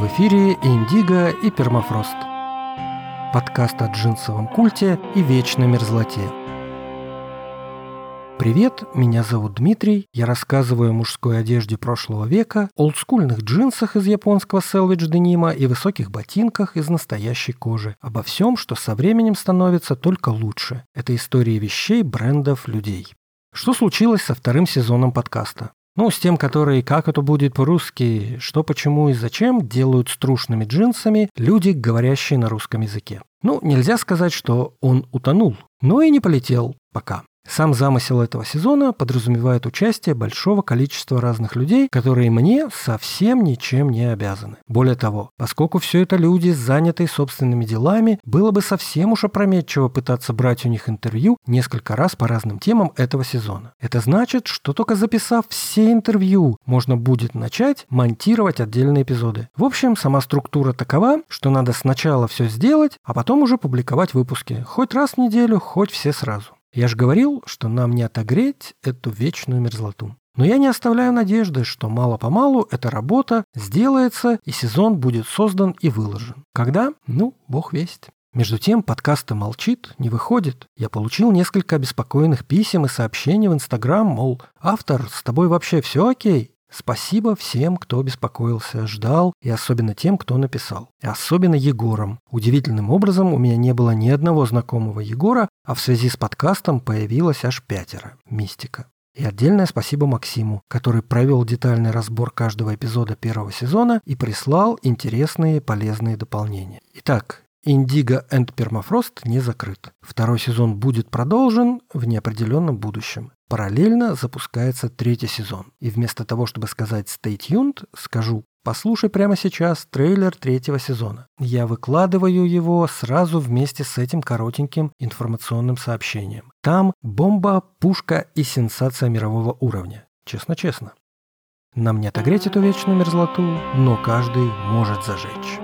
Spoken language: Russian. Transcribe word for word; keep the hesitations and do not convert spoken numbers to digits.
В эфире Индиго и Пермафрост. Подкаст о джинсовом культе и вечной мерзлоте. Привет, меня зовут Дмитрий, я рассказываю о мужской одежде прошлого века, олдскульных джинсах из японского селвидж-денима и высоких ботинках из настоящей кожи. Обо всем, что со временем становится только лучше. Это истории вещей, брендов, людей. Что случилось со вторым сезоном подкаста? Ну, с тем, которые «Как это будет по-русски?», «Что, почему и зачем?» делают с трушными джинсами люди, говорящие на русском языке. Ну, нельзя сказать, что он утонул, но и не полетел пока. Сам замысел этого сезона подразумевает участие большого количества разных людей, которые мне совсем ничем не обязаны. Более того, поскольку все это люди, занятые собственными делами, было бы совсем уж опрометчиво пытаться брать у них интервью несколько раз по разным темам этого сезона. Это значит, что только записав все интервью, можно будет начать монтировать отдельные эпизоды. В общем, сама структура такова, что надо сначала все сделать, а потом уже публиковать выпуски. Хоть раз в неделю, хоть все сразу. Я же говорил, что нам не отогреть эту вечную мерзлоту. Но я не оставляю надежды, что мало-помалу эта работа сделается и сезон будет создан и выложен. Когда? Ну, бог весть. Между тем, подкаст-то молчит, не выходит. Я получил несколько обеспокоенных писем и сообщений в Инстаграм, мол, автор, с тобой вообще все окей? Спасибо всем, кто беспокоился, ждал, и особенно тем, кто написал. И особенно Егором. Удивительным образом у меня не было ни одного знакомого Егора, а в связи с подкастом появилось аж пятеро. Мистика. И отдельное спасибо Максиму, который провел детальный разбор каждого эпизода первого сезона и прислал интересные полезные дополнения. Итак, Индиго и Пермафрост не закрыт. Второй сезон будет продолжен в неопределенном будущем. Параллельно запускается третий сезон. И вместо того, чтобы сказать «stay tuned», скажу «послушай прямо сейчас трейлер третьего сезона». Я выкладываю его сразу вместе с этим коротеньким информационным сообщением. Там бомба, пушка и сенсация мирового уровня. Честно-честно. Нам не отогреть эту вечную мерзлоту, но каждый может зажечь.